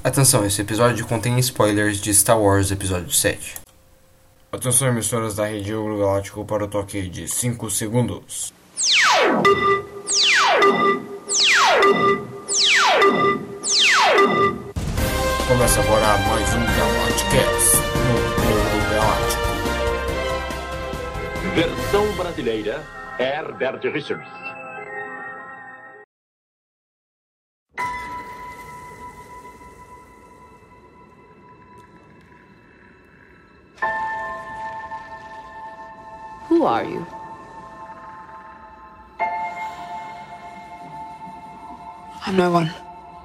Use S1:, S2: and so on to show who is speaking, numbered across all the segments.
S1: Atenção, esse episódio contém spoilers de Star Wars Episódio 7. Atenção, emissoras da Rede Eurogaláctico para o toque de 5 segundos. Começa agora mais um Galacticast no Eurogaláctico.
S2: Versão brasileira, Herbert Richards.
S3: Who are you?
S4: I'm no one.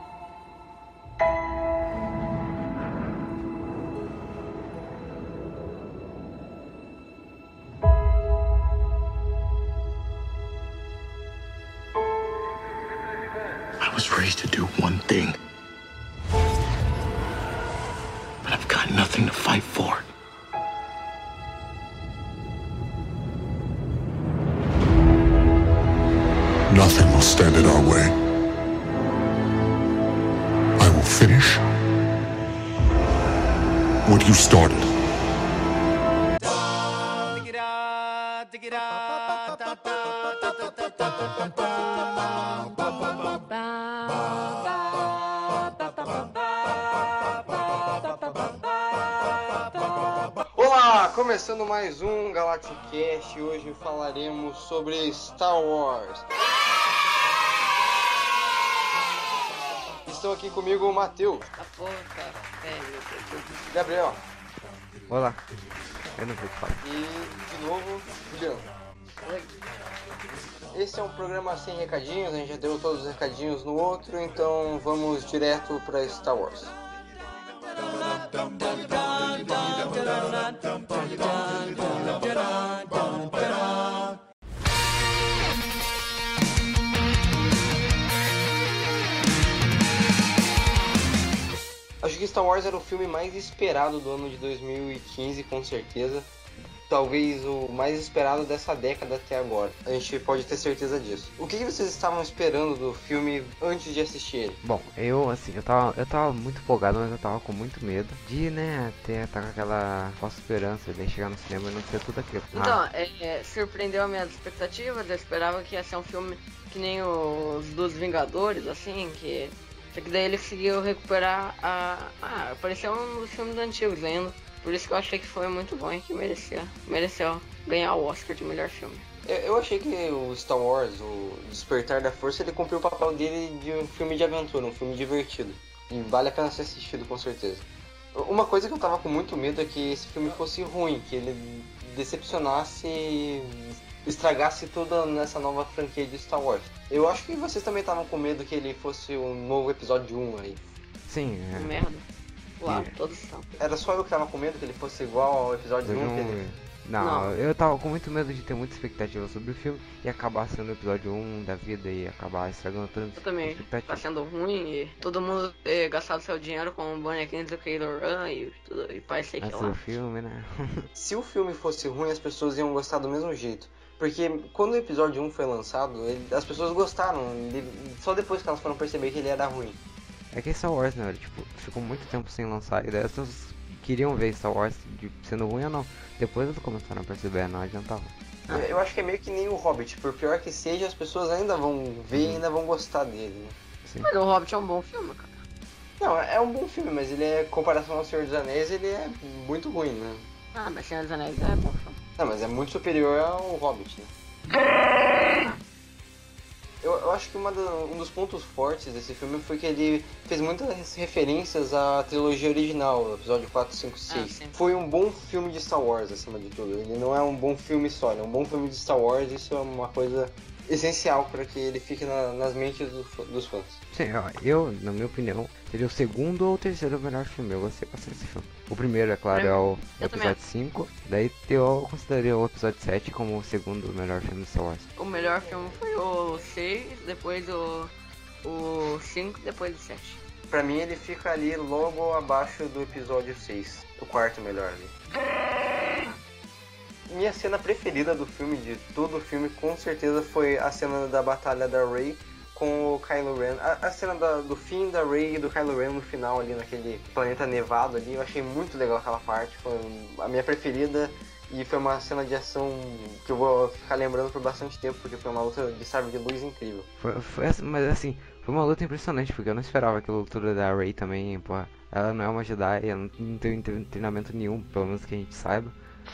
S5: I was raised to do one thing. But I've got nothing to fight for.
S6: Nothing will stand in our way. I will finish what you started.
S1: Olá, começando mais um Galacticast. Hoje falaremos sobre Star Wars. Estão aqui comigo o Matheus, Gabriel
S7: Olá, eu não sei o que falar.
S1: e, de novo, Juliano. Esse é um programa sem recadinhos, a gente já deu todos os recadinhos no outro, então vamos direto para Star Wars. Acho que Star Wars era o filme mais esperado do ano de 2015, com certeza. Talvez o mais esperado dessa década até agora. A gente pode ter certeza disso. O que vocês estavam esperando do filme antes de assistir ele?
S7: Bom, eu tava muito empolgado, mas eu tava com muito medo de, até estar com aquela falsa esperança de chegar no cinema e não ser tudo aquilo.
S3: Então, surpreendeu as minhas expectativas. Eu esperava que ia ser um filme que nem os dos Vingadores, assim, que... Só que daí ele conseguiu recuperar pareceu um dos filmes antigos ainda. Por isso que eu achei que foi muito bom e que mereceu ganhar o Oscar de melhor filme.
S1: Eu achei que o Star Wars, o Despertar da Força, ele cumpriu o papel dele de um filme de aventura, um filme divertido. E vale a pena ser assistido, com certeza. Uma coisa que eu tava com muito medo é que esse filme fosse ruim, que ele decepcionasse e estragasse toda nessa nova franquia de Star Wars. Eu acho que vocês também estavam com medo que ele fosse um novo episódio 1 aí.
S7: Sim,
S3: Merda. Claro, todos são.
S1: Era só eu que tava com medo que ele fosse igual ao episódio 1?
S7: Não, eu tava com muito medo de ter muita expectativa sobre o filme e acabar sendo o episódio 1 da vida e acabar estragando toda a
S3: Eu também. Tá sendo ruim e todo mundo gastado seu dinheiro com bonequinhos do Kylo Ren e tudo, e parece que lá.
S7: o filme, né?
S1: Se o filme fosse ruim, as pessoas iam gostar do mesmo jeito. Porque quando o episódio 1 foi lançado, as pessoas gostaram, só depois que elas foram perceber que ele era ruim.
S7: É que Star Wars, né, tipo, ficou muito tempo sem lançar, e daí as pessoas queriam ver Star Wars sendo ruim ou não. Depois eles começaram a perceber, não adiantava.
S1: Eu acho que é meio que nem o Hobbit, por pior que seja, as pessoas ainda vão ver e ainda vão gostar dele, né?
S7: Sim.
S3: Mas o Hobbit é um bom filme, cara.
S1: Não, é um bom filme, mas ele é, em comparação ao Senhor dos Anéis, ele é muito ruim, né?
S3: Mas Senhor dos Anéis é bom filme.
S1: Não, mas é muito superior ao Hobbit, né? Eu acho que um dos pontos fortes desse filme foi que ele fez muitas referências à trilogia original, episódio 4, 5, 6.
S3: Sim.
S1: Foi um bom filme de Star Wars, acima de tudo. Ele não é um bom filme só, ele é um bom filme de Star Wars, isso é uma coisa essencial para que ele fique nas mentes dos fãs.
S7: Sim, eu, na minha opinião, seria o segundo ou o terceiro melhor filme. Eu gostei bastante desse filme. O primeiro, é claro, é o episódio 5. Daí eu consideraria o episódio 7 como o segundo melhor filme de Star Wars.
S3: O melhor filme foi o 6, depois o 5, depois o 7.
S1: Pra mim ele fica ali logo abaixo do episódio 6, o quarto melhor ali. Minha cena preferida do filme, de todo o filme, com certeza foi a cena da batalha da Rey com o Kylo Ren. A cena do fim da Rey e do Kylo Ren no final ali, naquele planeta nevado ali, eu achei muito legal aquela parte, foi a minha preferida. E foi uma cena de ação que eu vou ficar lembrando por bastante tempo, porque foi uma luta de sabre de luz incrível.
S7: Mas assim, foi uma luta impressionante, porque eu não esperava aquela luta da Rey também, pô. Ela não é uma Jedi, ela não tem treinamento nenhum, pelo menos que a gente saiba.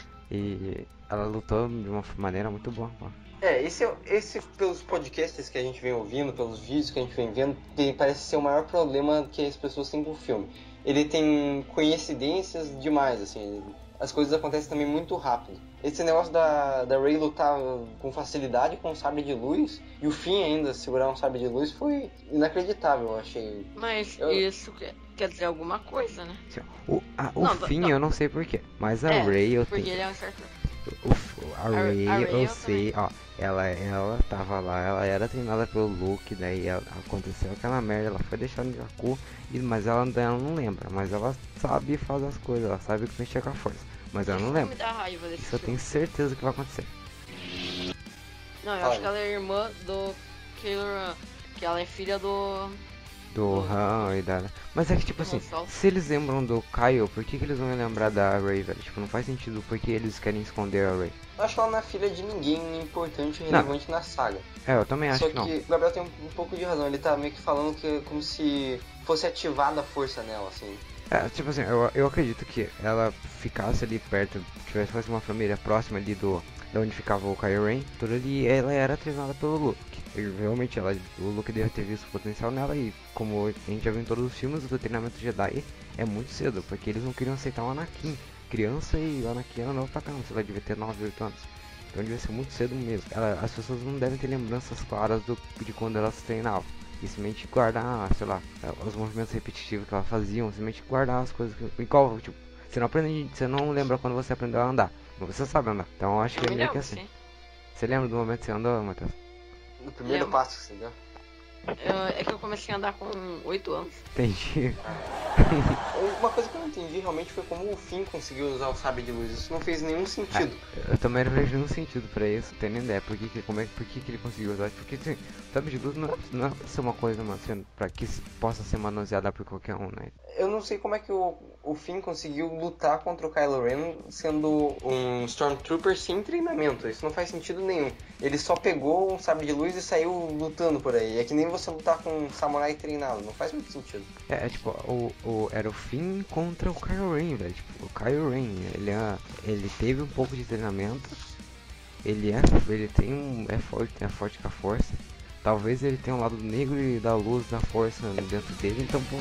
S7: E ela lutou de uma maneira muito boa, pô.
S1: Esse pelos podcasts que a gente vem ouvindo, pelos vídeos que a gente vem vendo, parece ser o maior problema que as pessoas têm com o filme. Ele tem coincidências demais, assim, as coisas acontecem também muito rápido. Esse negócio da Rey lutar com facilidade com um sabre de luz, e o Finn ainda segurar um sabre de luz, foi inacreditável, eu achei.
S3: Mas isso quer dizer alguma coisa, né?
S7: O Finn eu não sei porquê, mas a Rey eu tenho...
S3: Porque ele é um certo...
S7: A Rey eu sei, ó, ela tava lá, ela era treinada pelo Luke, daí aconteceu aquela merda, ela foi deixada de Jakku, mas ela não lembra, mas ela sabe fazer as coisas, ela sabe mexer com a força, mas ela não lembra.
S3: Me dá raiva desse
S7: Isso eu tenho certeza que vai acontecer.
S3: Não, eu acho que ela é irmã do Kylo Ren, que ela é filha do
S7: Han e da... Mas é que tipo assim, se eles lembram do Kyle, por que eles vão lembrar da Rey, velho? Tipo, não faz sentido porque eles querem esconder a Rey.
S1: Eu acho que ela não é filha de ninguém importante e relevante na saga.
S7: Eu também acho que não.
S1: Só que o Gabriel tem um pouco de razão, ele tá meio que falando que é como se fosse ativada a força nela, assim.
S7: Tipo assim, eu acredito que ela ficasse ali perto, fosse uma família próxima ali da onde ficava o Kylo Ren, tudo ali, ela era treinada pelo Luke. E realmente o Luke deve ter visto o potencial nela, e como a gente já viu em todos os filmes, o treinamento Jedi é muito cedo, porque eles não queriam aceitar o Anakin criança, e o Anakin era novo pra caramba, ela devia ter 9, 8 anos. Então devia ser muito cedo mesmo. As pessoas não devem ter lembranças claras de quando elas treinavam. E simplesmente guardar, sei lá, os movimentos repetitivos que elas faziam, simplesmente guardar as coisas igual, tipo, você não lembra quando você aprendeu a andar, mas você sabe andar. Então eu acho que é meio que assim. Você lembra do momento que você andou, Matheus?
S1: No primeiro passo que você deu?
S3: É que eu comecei a andar com 8 anos.
S7: Entendi.
S3: Ah.
S1: Uma coisa que eu não entendi realmente foi como o Finn conseguiu usar o sabre de luz. Isso não fez nenhum sentido.
S7: Eu também não vejo nenhum sentido pra isso, não tenho nem ideia por que ele conseguiu usar. Porque assim, o sabre de luz não é pra ser uma coisa pra que possa ser manuseada por qualquer um, né?
S1: Eu não sei como é que o Finn conseguiu lutar contra o Kylo Ren sendo um Stormtrooper sem treinamento. Isso não faz sentido nenhum. Ele só pegou um sabre de luz e saiu lutando por aí. É que nem você lutar com um samurai treinado. Não faz muito sentido.
S7: Tipo, era o Finn contra o Kylo Ren, velho. Tipo, o Kylo Ren, ele teve um pouco de treinamento. É forte com a força. Talvez ele tenha um lado negro e da luz da força dentro dele, então, pô...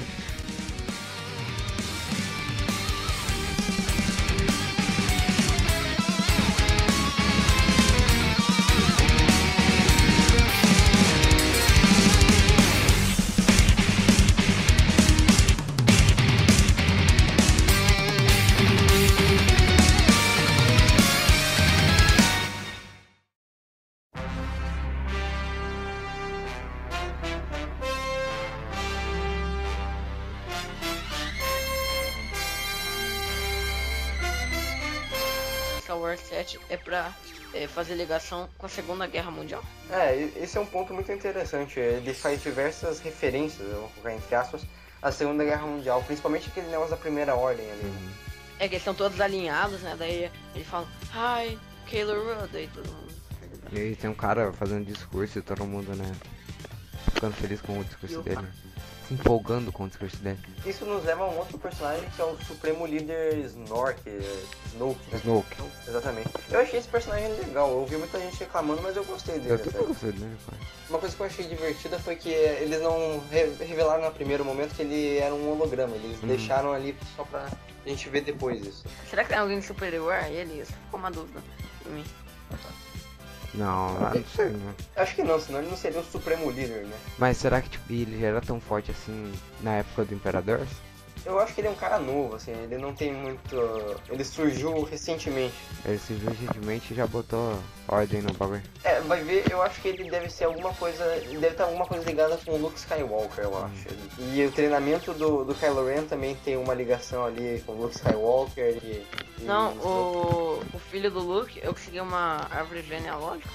S3: Star Wars 7 é pra fazer ligação com a Segunda Guerra Mundial.
S1: Esse é um ponto muito interessante. Ele faz diversas referências, eu vou colocar entre aspas, à Segunda Guerra Mundial, principalmente aquele negócio da Primeira Ordem ali.
S3: É que eles estão todos alinhados, né? Daí ele fala, hi, Kylo Ren, daí todo mundo.
S7: E aí tem um cara fazendo discurso e todo mundo, né, ficando feliz com o discurso dele. Se empolgando com o discurso dele.
S1: Isso nos leva a um outro personagem que é o Supremo Líder Snoke.
S7: Snoke.
S1: Exatamente. Eu achei esse personagem legal, eu ouvi muita gente reclamando, mas eu gostei dele.
S7: Eu também gostei dele, pai.
S1: Uma coisa que eu achei divertida foi que eles não revelaram no primeiro momento que ele era um holograma, eles deixaram ali só pra gente ver depois isso.
S3: Será que tem alguém superior a ele? Isso ficou uma dúvida em mim.
S7: Não sei, né?
S1: Acho que não, senão ele não seria o Supremo Líder, né?
S7: Mas será que tipo, ele já era tão forte assim na época do Imperador?
S1: Eu acho que ele é um cara novo, assim, ele não tem muito... Ele surgiu recentemente.
S7: Ele surgiu recentemente e já botou ordem no bagulho.
S1: Vai ver, eu acho que ele deve ser alguma coisa... Ele deve estar alguma coisa ligada com o Luke Skywalker, eu acho. E o treinamento do Kylo Ren também tem uma ligação ali com o Luke Skywalker
S3: Não, o filho do Luke, eu consegui uma árvore genealógica aqui.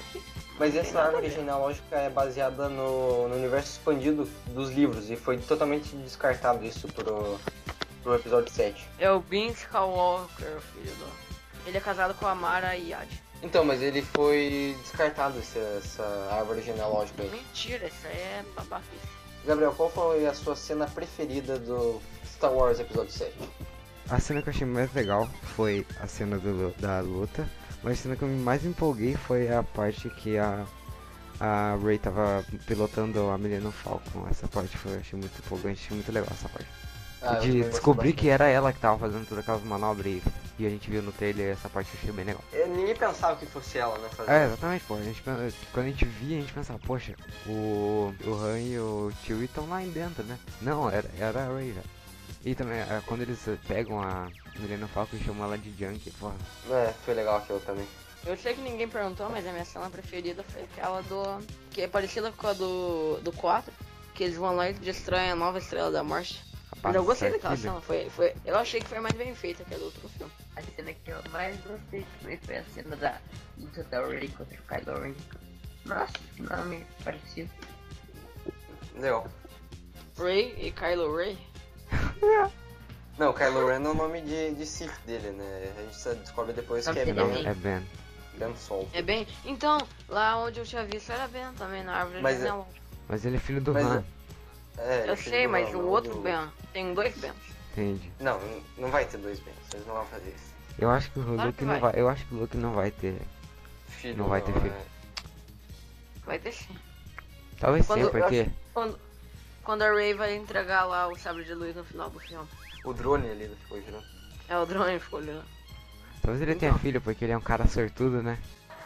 S1: Mas essa árvore genealógica é baseada no universo expandido dos livros e foi totalmente descartado isso pro episódio 7.
S3: É o Ben Skywalker, filho do... Ele é casado com a Mara Yad.
S1: Então, mas ele foi descartado, essa árvore genealógica aí.
S3: Mentira, isso aí é babaquice.
S1: Gabriel, qual foi a sua cena preferida do Star Wars Episódio 7?
S7: A cena que eu achei mais legal foi a cena da luta, mas a cena que eu mais empolguei foi a parte que a Rey tava pilotando a Millennium Falcon. Essa parte eu achei muito empolgante, achei muito legal essa parte. De descobrir que era ela que tava fazendo todas aquelas manobras e a gente viu no trailer, essa parte eu achei bem legal.
S1: Ninguém pensava que fosse ela, né?
S7: Exatamente, pô. Quando a gente via, a gente pensava, poxa, o Han e o Chewie estão lá dentro, né? Não, era a Rey já. E também, quando eles pegam a Millennium Falcon e chamam ela de Junk, porra.
S1: Foi legal aquilo também.
S3: Eu sei que ninguém perguntou, mas a minha cena preferida foi aquela que é parecida com a do 4, que eles vão lá e destroem a nova Estrela da Morte. Mas eu gostei daquela cena, eu achei que foi mais bem feita que a do outro filme.
S8: A cena que eu mais gostei também foi a cena da luta da Rey contra o Kylo Ren. Nossa, que nome parecido.
S1: Legal.
S3: Rey e Kylo Ren?
S1: Não, Kylo Ren é o nome de Sith dele, né? A gente só descobre depois que é Ben.
S7: Não, é Ben.
S1: Ben Sol.
S3: É Ben? Então, lá onde eu tinha visto era Ben também, na árvore genealógica.
S7: Mas ele é filho do Han.
S3: Eu sei, mas o outro Ben, tem 2 Bens.
S7: Entendi.
S1: Não vai ter 2 Bens, eles não vão fazer isso.
S7: Eu acho que o Luke não vai. Eu acho que o Luke não vai ter.
S1: Filho,
S7: não vai ter filho.
S3: Vai ter sim.
S7: Talvez sim, porque.
S3: Quando a Rey vai entregar lá o sabre de luz no final do filme.
S1: O drone ali ficou girando.
S3: É, o drone ficou olhando.
S7: Talvez ele tenha filho, porque ele é um cara sortudo, né?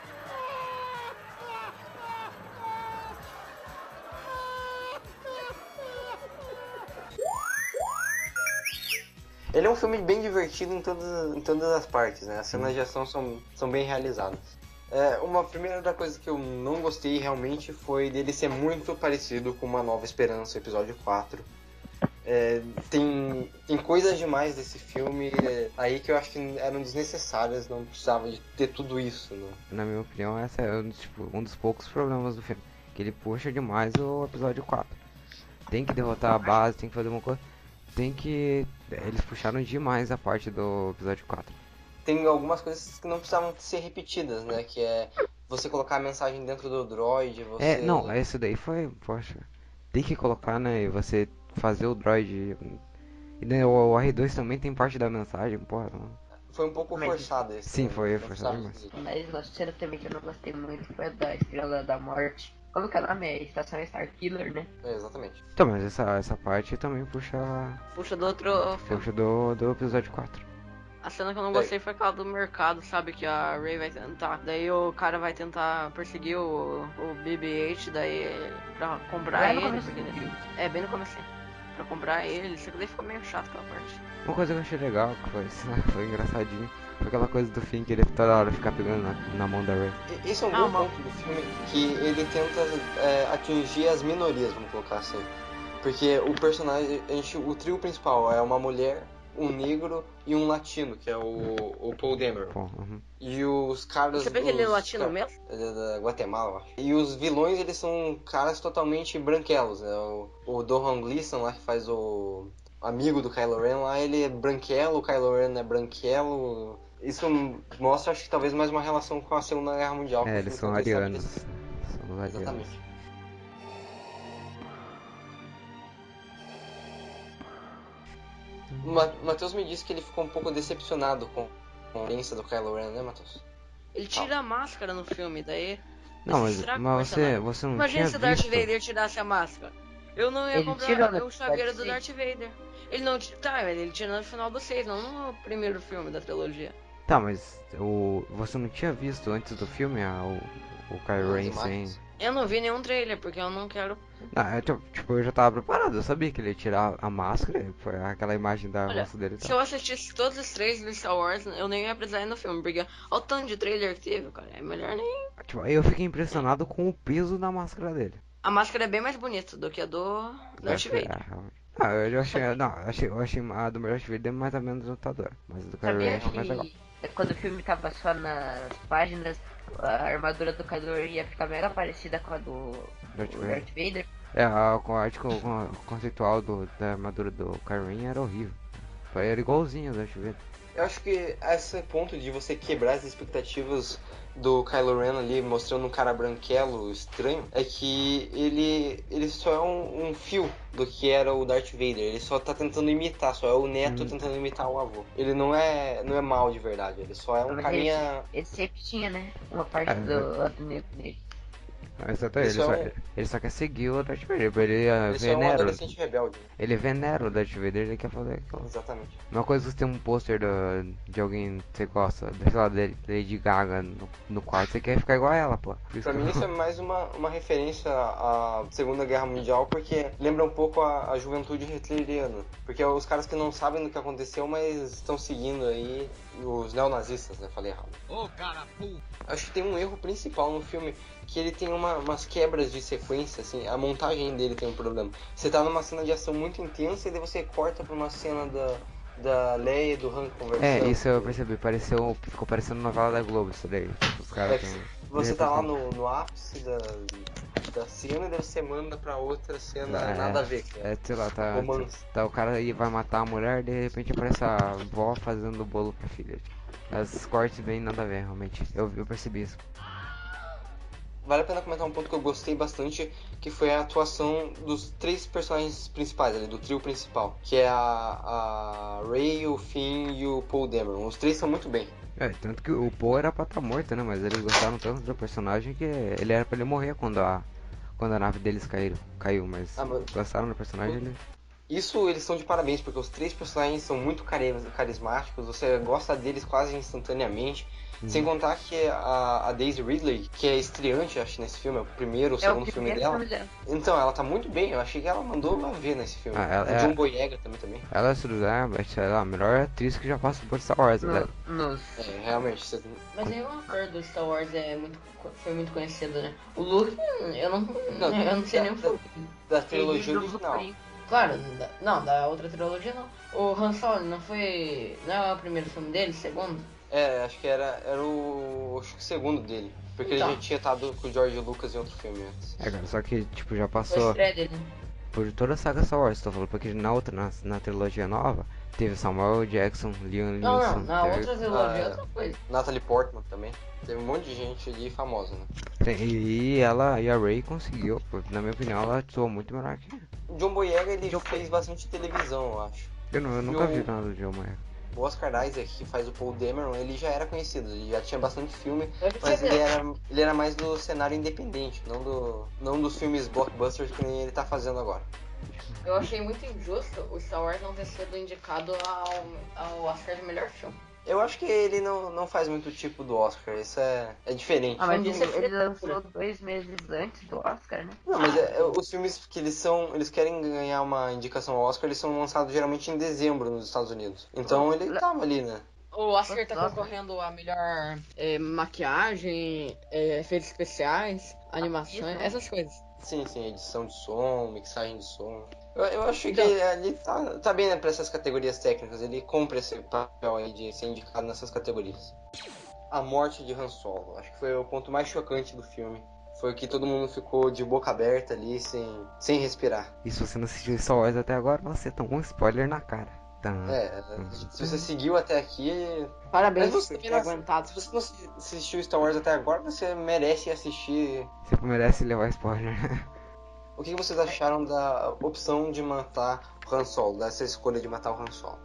S1: Ele é um filme bem divertido em todas as partes, né? As cenas de ação são bem realizadas. Uma primeira coisa que eu não gostei realmente foi dele ser muito parecido com Uma Nova Esperança, episódio 4. Tem coisas demais desse filme aí que eu acho que eram desnecessárias, não precisava de ter tudo isso, né?
S7: Na minha opinião, esse é um dos poucos problemas do filme, que ele puxa demais o episódio 4. Tem que derrotar a base, tem que fazer uma coisa, eles puxaram demais a parte do episódio 4.
S1: Tem algumas coisas que não precisavam ser repetidas, né? Que é você colocar a mensagem dentro do droid, você...
S7: Não, isso daí foi, poxa, tem que colocar, né, e você fazer o droid. E né, o R2 também tem parte da mensagem, porra.
S1: Foi um pouco forçado esse.
S7: Sim, foi forçado demais.
S8: Mas uma cena também que eu não gostei muito foi a da Estrela da Morte. Como que é o nome? É Estação Starkiller, né?
S1: Exatamente.
S7: Então, mas essa parte também puxa
S3: do outro filme.
S7: Puxa do episódio 4.
S3: A cena que eu não gostei foi aquela do mercado, sabe? Que a Rey vai tentar. Daí o cara vai tentar perseguir o BB-8, daí pra comprar ele. Porque... bem no começo. Pra comprar ele, isso daí ficou meio chato aquela parte.
S7: Uma coisa que eu achei legal, que foi engraçadinho, foi aquela coisa do fim que ele toda hora ficar pegando na mão da Rey.
S1: Esse é um bom ponto do filme, que ele tenta atingir as minorias, vamos colocar assim. Porque o personagem, o trio principal é uma mulher, um negro e um latino, que é o Paul Dameron. E os caras...
S3: Você vê que ele é latino mesmo?
S1: Ele é da Guatemala, eu acho. E os vilões, eles são caras totalmente branquelos, né? O Dohan Gleeson lá, que faz o amigo do Kylo Ren lá, ele é branquelo, o Kylo Ren é branquelo. Isso mostra, acho que talvez mais uma relação com a Segunda Guerra Mundial.
S7: Eles são arianos.
S1: Exatamente. Matheus me disse que ele ficou um pouco decepcionado com a aparência do Kylo Ren, né, Matheus?
S3: Ele tira a máscara no filme, daí...
S7: Não, mas você não
S3: Imagina se o Darth
S7: visto.
S3: Vader tirasse a máscara. Eu não ia comprar o chaveiro do Darth Vader. Ele não... ele tira no final do 6, não no primeiro filme da trilogia.
S7: Tá, mas você não tinha visto antes do filme o Kylo Ren sem...
S3: Eu não vi nenhum trailer, porque eu não quero...
S7: eu já tava preparado, eu sabia que ele ia tirar a máscara, foi aquela imagem da rosto dele.
S3: Se eu assistisse todos os trailers do Star Wars, eu nem ia precisar ir no filme, porque olha o tanto de trailer que teve, cara, é melhor nem...
S7: Eu fiquei impressionado com o peso da máscara dele.
S3: A máscara é bem mais bonita do que a do Darth Vader.
S7: Eu achei a do Darth Vader mais ou menos lutadora, mas a do Kylo Ren eu achei mais legal.
S8: Quando o filme tava só nas páginas, a armadura do Kylo Ren ia ficar mega parecida com a do
S7: Darth
S8: Darth Vader.
S7: A arte conceitual da armadura do Kylo Ren era horrível. Era igualzinho ao Darth Vader.
S1: Eu acho que esse ponto de você quebrar as expectativas do Kylo Ren ali, mostrando um cara branquelo estranho, é que ele só é um fio do que era o Darth Vader. Ele só tá tentando imitar, só é o neto tentando imitar o avô. Ele não é mal de verdade, ele só é um carinha...
S8: Ele sempre tinha, né? Uma parte do lado negro nele.
S7: Exatamente, ele só quer seguir o Darth Vader, ele
S1: só é um adolescente rebelde.
S7: Ele venera o Darth Vader, ele quer fazer aquilo.
S1: Exatamente.
S7: Uma coisa que você tem um pôster de alguém que você gosta, sei lá, Lady Gaga no quarto, você quer ficar igual a ela, pô.
S1: Pra mim isso é mais uma referência à Segunda Guerra Mundial, porque lembra um pouco a juventude hitleriana. Porque é os caras que não sabem do que aconteceu, mas estão seguindo aí os neonazistas, né? Falei errado. Acho que tem um erro principal no filme, que ele tem umas quebras de sequência, assim, a montagem dele tem um problema. Você tá numa cena de ação muito intensa e daí você corta pra uma cena da Leia e do Han conversando.
S7: Isso eu percebi, ficou parecendo novela da Globo isso daí. Os caras
S1: você tá lá no ápice da cena e daí você manda pra outra cena nada a ver.
S7: Sei lá, tá o cara aí vai matar a mulher, de repente aparece a avó fazendo bolo pra filha. As cortes bem nada a ver, realmente. Eu percebi isso.
S1: Vale a pena comentar um ponto que eu gostei bastante, que foi a atuação dos 3 personagens principais ali, do trio principal, que é a Rey, o Finn e o Poe Dameron. Os 3 são muito bem.
S7: Tanto que o Poe era pra estar morto, né? Mas eles gostaram tanto do personagem que ele era pra ele morrer quando a nave deles caiu, mas gostaram do personagem.
S1: Isso eles estão de parabéns, porque os 3 personagens são muito carismáticos, você gosta deles quase instantaneamente. Sem contar que a Daisy Ridley, que é estreante, acho, nesse filme, é o primeiro ou segundo filme dela. Então, ela tá muito bem, eu achei que ela mandou uma ver nesse filme. O John Boyega também.
S7: Ela é a melhor atriz que já passou por Star Wars, né?
S1: Realmente.
S3: Mas aí o ator do Star Wars foi muito conhecido, né? O Luke, eu não sei nem o filme.
S1: Da trilogia original.
S3: Claro, da outra trilogia não. O Han Solo não é o primeiro filme dele, segundo?
S1: Acho que era o segundo dele. Porque ele já tinha estado com o George Lucas em outro filme antes.
S7: Cara, só que tipo, já passou por toda a saga Star Wars, tô falando, porque na trilogia nova, teve Samuel Jackson, Liam Neeson.
S3: Na outra trilogia é outra coisa.
S1: Natalie Portman também. Teve um monte de gente ali famosa, né?
S7: E a Rey conseguiu, na minha opinião, ela atuou muito melhor que
S1: o John Boyega, ele fez bastante televisão, eu acho.
S7: Eu nunca vi nada do John Boyega.
S1: O Oscar Isaac, que faz o Poe Dameron, ele já era conhecido, ele já tinha bastante filme, mas ele era mais do cenário independente, não dos filmes blockbusters que nem ele tá fazendo agora.
S3: Eu achei muito injusto o Star Wars não ter sido indicado ao Oscar de melhor filme.
S1: Eu acho que ele não faz muito tipo do Oscar, isso é diferente.
S8: Mas ele lançou 2 meses antes do Oscar, né?
S1: Não, mas os filmes que eles querem ganhar uma indicação ao Oscar, eles são lançados geralmente em dezembro nos Estados Unidos. Então ele tava ali, né?
S3: O Oscar tá concorrendo a melhor maquiagem, efeitos especiais, animações, essas coisas.
S1: Sim, edição de som, mixagem de som. Eu acho que ele tá bem, né, pra essas categorias técnicas. Ele cumpre esse papel aí de ser indicado nessas categorias. A morte de Han Solo, acho que foi o ponto mais chocante do filme. Foi que todo mundo ficou de boca aberta ali, sem respirar.
S7: E se você não assistiu Star Wars até agora, você tomou um spoiler na cara.
S1: Se você seguiu até aqui...
S3: Parabéns por ter aguentado.
S1: Se você não assistiu Star Wars até agora, você merece assistir...
S7: Você merece levar spoiler.
S1: O que vocês acharam da opção de matar o Han Solo, dessa escolha de matar o Han Solo?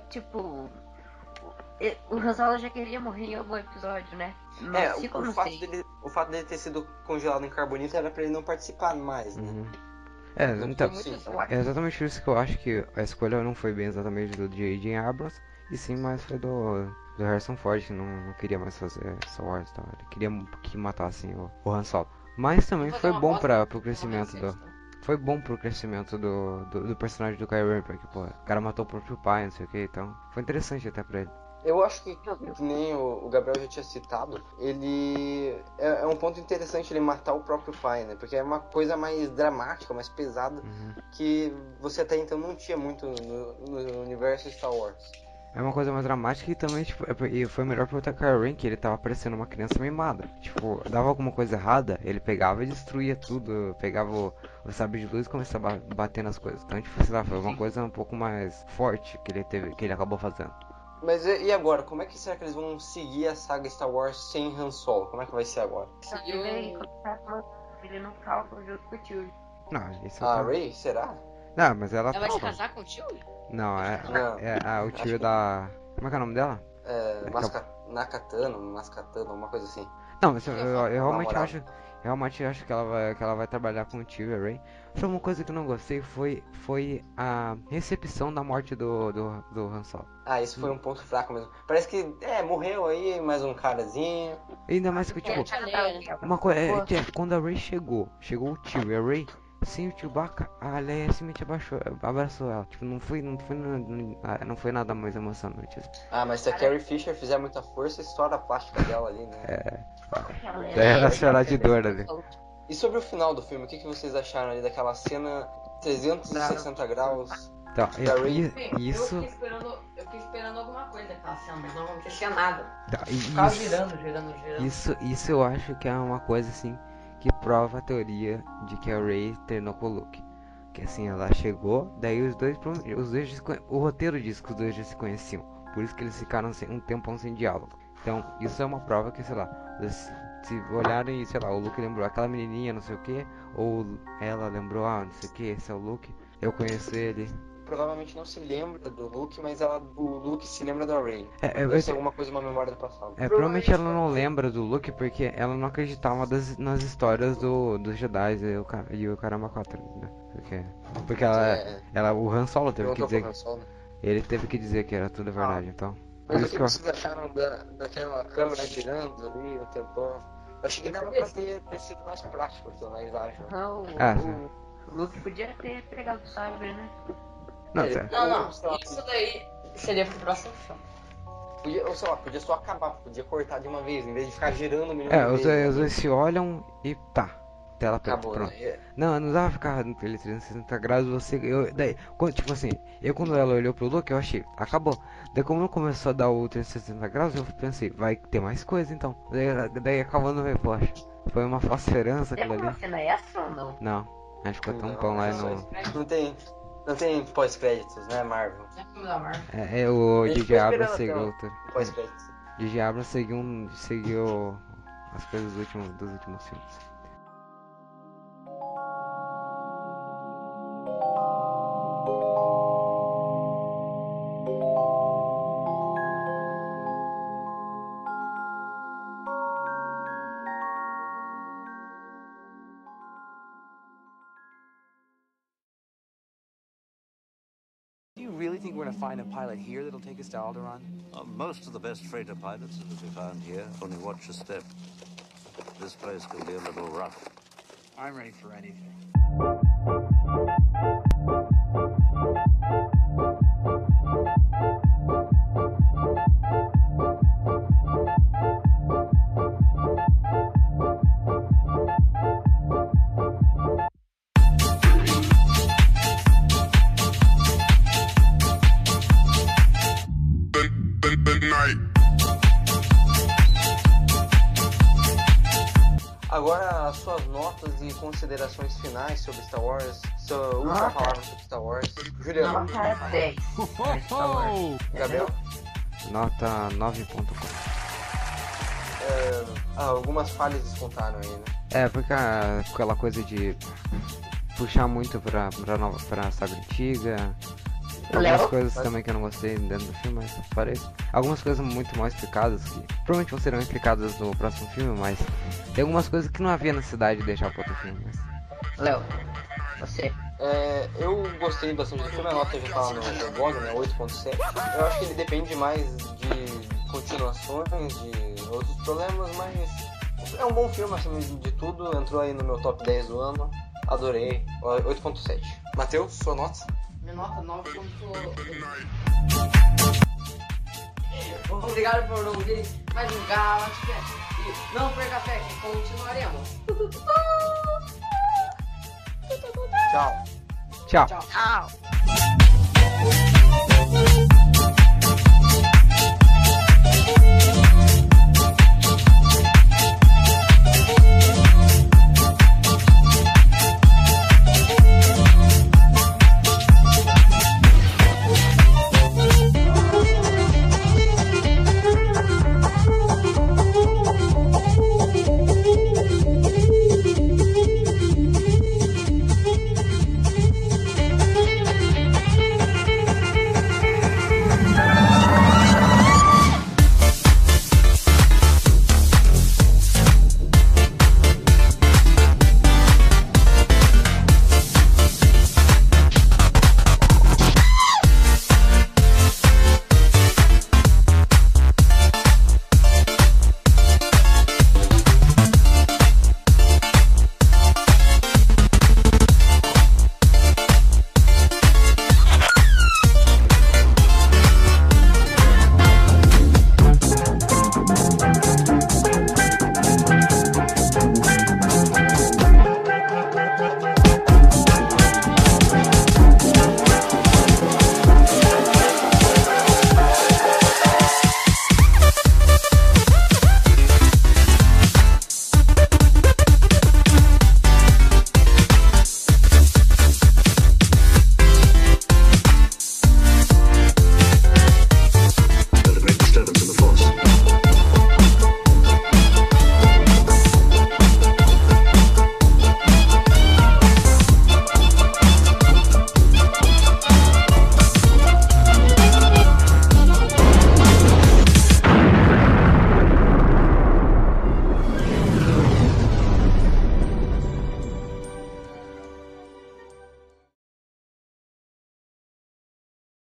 S8: O Han Solo já queria morrer em algum episódio, né?
S1: O fato dele ter sido congelado em carbonita era pra ele não participar mais, né?
S7: Então, é exatamente isso que eu acho que a escolha não foi bem exatamente do J.J. Abrams, e sim mais foi do Harrison Ford, que não queria mais fazer Star Wars, tá? Ele queria que matassem o Han Solo. Mas também foi bom pro crescimento Foi bom pro crescimento do personagem do Kylo Ren, porque, o cara matou o próprio pai, não sei o que, então foi interessante até pra ele.
S1: Eu acho que nem o Gabriel já tinha citado, ele é um ponto interessante ele matar o próprio pai, né? Porque é uma coisa mais dramática, mais pesada, que você até então não tinha muito no universo Star Wars.
S7: É uma coisa mais dramática e também, tipo, e foi melhor pro Kylo Ren, que ele tava parecendo uma criança mimada. Tipo, dava alguma coisa errada, ele pegava e destruía tudo, pegava o sabre de luz e começava a bater nas coisas. Então, tipo, sei lá, foi uma coisa um pouco mais forte que ele acabou fazendo.
S1: Mas e agora? Como é que será que eles vão seguir a saga Star Wars sem Han Solo? Como é que vai ser agora?
S8: Ele começar com ele no cálculo junto com o tio.
S7: Não, isso
S1: A Rey, será?
S7: Não, mas ela
S3: Ela vai se casar com o tio?
S7: Não,
S1: Não.
S7: o tio da... Como é que é o nome dela?
S1: Nakatano, Mascatano, uma coisa assim.
S7: Não, mas eu realmente
S1: moral.
S7: acho que ela vai trabalhar com o tio e a Rey. Só uma coisa que eu não gostei foi a recepção da morte do Han Solo.
S1: Ah, isso foi um ponto fraco mesmo. Parece que, morreu aí mais um carazinho.
S7: Ainda mais que, tipo, uma coisa, quando a Rey chegou o tio e a Rey, sem o Chewbacca, a Leia simplesmente abraçou ela. Tipo, não foi nada mais emocionante. Assim.
S1: Ah, mas se a Carrie Fisher fizer muita força, estoura a plástica dela ali, né?
S7: Daí ela chorar de dor ali.
S1: E sobre o final do filme, o que vocês acharam ali daquela cena 360 graus?
S7: Então,
S3: Eu fiquei esperando alguma coisa daquela cena, mas não acontecia nada.
S7: Tá,
S3: Ficava girando.
S7: Isso eu acho que é uma coisa assim que prova a teoria de que a Rey treinou com o Luke. Que assim, ela chegou, daí os dois o roteiro diz que os dois já se conheciam. Por isso que eles ficaram um tempão sem diálogo. Então, isso é uma prova que, sei lá, se olharem, sei lá, o Luke lembrou aquela menininha, não sei o que, ou ela lembrou, não sei o que, esse é o Luke, eu conheço ele.
S1: Provavelmente não se lembra do Luke, mas o Luke se lembra da Rey. Deve ser alguma coisa, uma memória do passado.
S7: Provavelmente ela não lembra do Luke porque ela não acreditava nas histórias dos Jedi e o Caramba 4, né? Porque o Han Solo teve que dizer. Ele teve que dizer que era tudo verdade, então.
S1: Mas o que vocês acharam daquela câmera girando ali um tempão? Eu achei que dava pra ter sido mais prático, mais ágil.
S8: O Luke podia ter pegado o sabre, né?
S3: Não, isso daí seria pro próximo filme.
S1: Podia só acabar, podia cortar de uma vez, em vez de ficar girando milhões de vezes.
S7: Os dois se olham e tá. Tela preta,
S1: acabou,
S7: pronto.
S1: Né?
S7: Não dava pra ficar naquele 360 graus, tipo assim, quando ela olhou pro Luke, eu achei, acabou. Daí como não começou a dar o 360 graus, eu pensei, vai ter mais coisa então. Daí acabando, poxa, foi uma falsa esperança aquilo ali.
S8: Tem uma cena essa ou não?
S7: Não, a gente ficou tão pão lá e não...
S1: Não tem pós-créditos, né, Marvel?
S3: É filme da Marvel.
S7: O J.J. Abrams seguiu
S1: pós-créditos.
S7: J.J. Abrams seguiu as coisas dos últimos filmes.
S9: Do you really think we're going to find a pilot here that'll take us to Alderaan?
S10: Most of the best freighter pilots are to be found here. Only watch your step. This place can be a little rough.
S9: I'm ready for anything.
S1: Agora, as suas notas e considerações finais sobre Star Wars, sua última palavra sobre Star Wars. Juliano.
S8: Nota 10.
S1: Gabriel?
S7: Nota 9.4.
S1: Algumas falhas descontaram aí, né?
S7: Porque aquela coisa de puxar muito pra saga antiga. Algumas coisas também que eu não gostei dentro do filme, mas fora isso. Algumas coisas muito mal explicadas, que provavelmente vão serão explicadas no próximo filme, mas tem algumas coisas que não havia necessidade de deixar para outro filme. Mas...
S8: Léo, você?
S1: Eu gostei bastante do filme, a nota já tá no blog, né, 8.7. Eu acho que ele depende mais de continuações, de outros problemas, mas é um bom filme, acima de tudo. Entrou aí no meu top 10 do ano, adorei, 8.7. Matheus, sua nota?
S3: Minha nota 9.8. Obrigado por ouvir mais um Galacticast. E não perca a fé que continuaremos.
S1: Tchau.
S7: Tchau.
S3: Tchau.